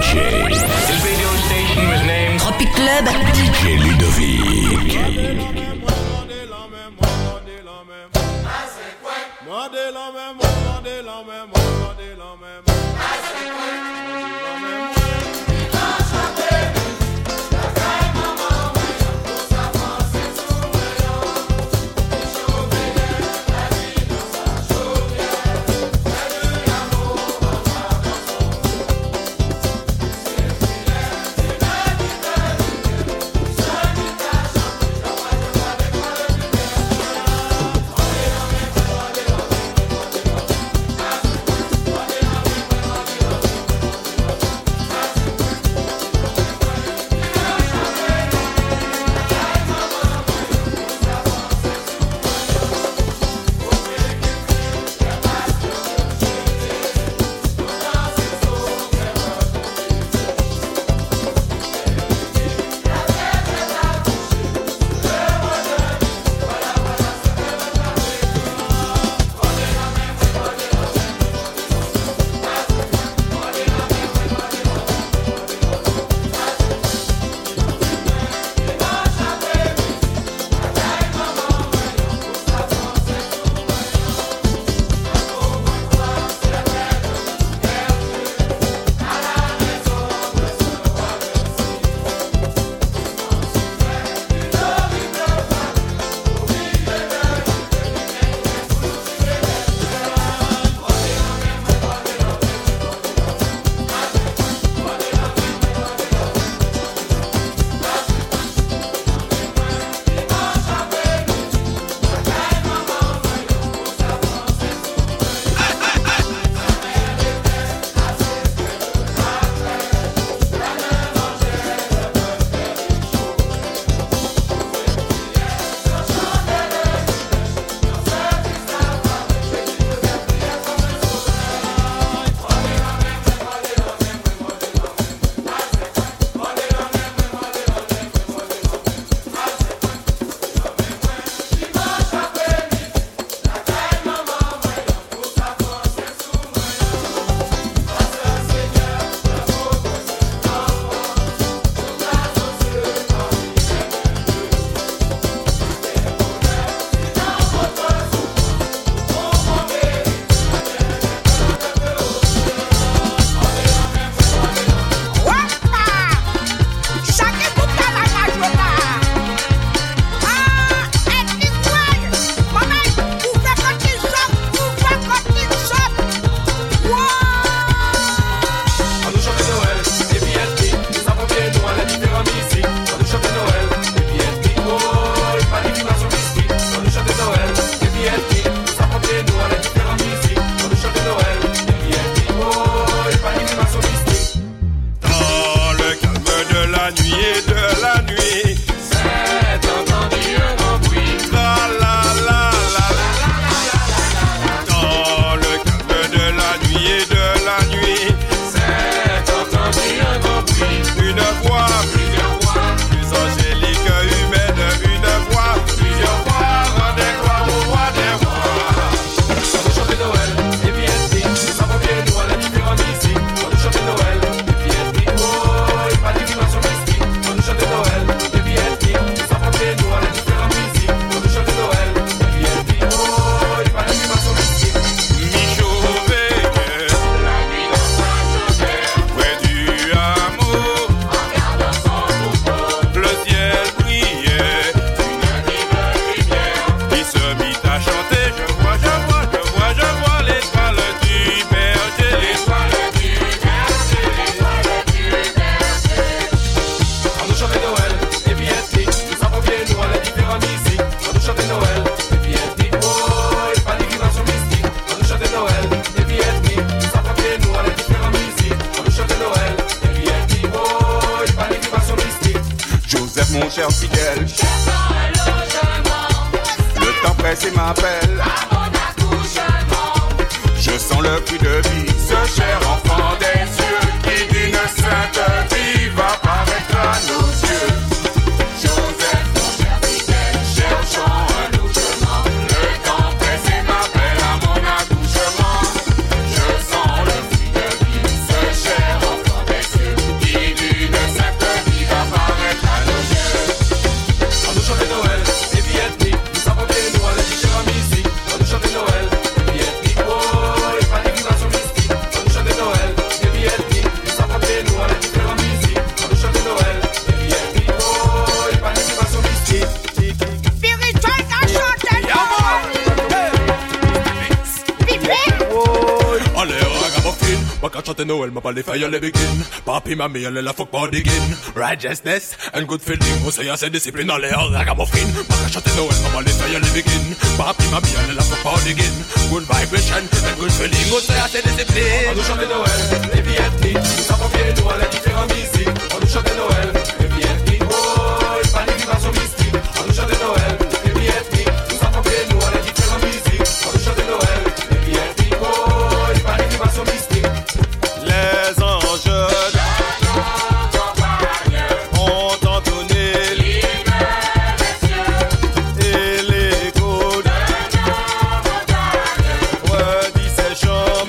DJ. This radio station was named Tropic Club. DJ Ludovic. Mon cher fidèle, le temps presse et m'appelle à mon accouchement. Je sens le cri de vie, ce cher enfant des cieux qui d'une sainte vie va paraître à nos yeux. Joseph, mon cher fidèle, cherchons un logement. Le temps presse et m'appelle à mon accouchement. Je sens le cri de vie, ce cher enfant des cieux ragamuffin. Moi quand chante Noël, m'a pas les feuilles, les begin. Papi, mamie, elle est la fuck body begin. Righteousness and good feeling. On sait assez discipline dans les ragamuffin. Moi quand chante Noël, m'a pas les feuilles, les begin. Papi, mamie, elle est la fuck body begin. Good vibration and good feeling. On sait assez discipline. On nous chante Noël, les filles ethniques. Nous savons bien nous à la différente musique. On nous chante Noël, les filles ethniques. Oh, il pas d'invitation mystique. On nous chante Noël, les filles ethniques. Nous savons bien nous à la différente musique. On nous chante Noël, les filles ethniques. Oh, il pas d'invitation mystique. Les anges ont entonné et l'écho redit ses chants.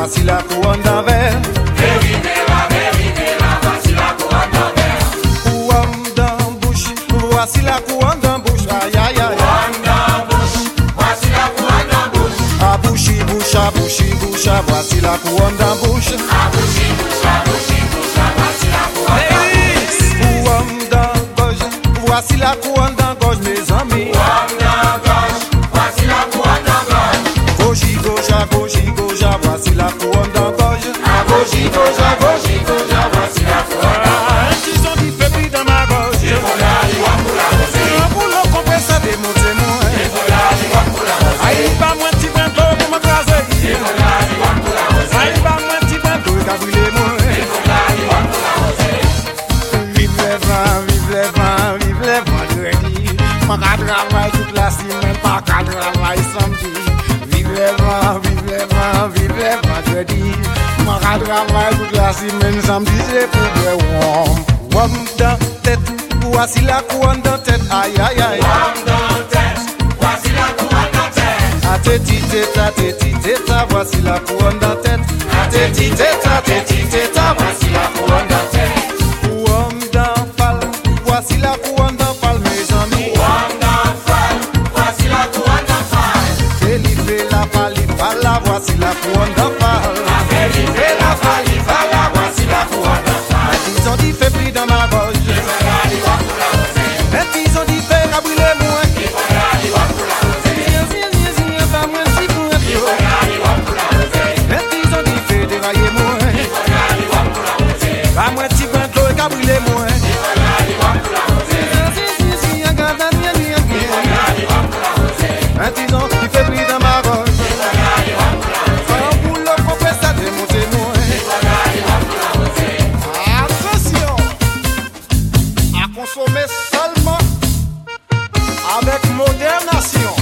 voici la couronne d'envers. Voici la couronne d'envers. Couronne d'embouche, voici la couronne d'embouche. Aïe aïe aïe. Couronne d'embouche, voici la couronne d'embouche. À bouche, bouche, à bouche, bouche, voici la couronne d'embouche. À bouche, voici la couronne d'embouche. Couronne d'engorge, voici la couronne d'engorge, mes amis. Couronne d'engorge, voici la couronne d'engorge. Gauche, gauche, voici la couronne d'engorge. À gauche, voici la couronne d'engorge. Ils ont dit pépite dans ma gorge. Pour le compresseur démonter moi. Aïe, pas moins petit bain d'eau pour m'écraser. Aïe, pas moins petit bain d'eau qui a brûlé moi. Vive les vents, vive les vents, vive les vendredis. Pas qu'à travailler toute la semaine, pas qu'à travailler samedi. Vive les vents, vive les vents, vive les vendredis. Pas qu'à travailler toute la semaine, samedi c'est pour le warm. Warm dans tête, voici la couronne dans tête. Aïe aïe aïe. Couronne dans tête, voici la couronne dans tête. A téti teta, voici la couronne dans tête. À téti teta, voici la couronne dans tête. Couronne d'enfal, voici la couronne d'enfal, mes amis. Couronne d'enfal, voici la couronne d'enfal. Felipe la falifala, voici la couronne d'enfal. Felipe la falifala, voici la couronne d'enfal. Ils ont dit fait pris dans ma gorge. Ils ont dit fait brûler moi. Pas moins si pour un pio. Ils ont dit fait dérailler moi. Pas moins si pour un pio et brûler moi. Ils ont dit fait pris dans ma gorge. Pour le compresseur démonter moi. Attention à consommer seulement avec modération.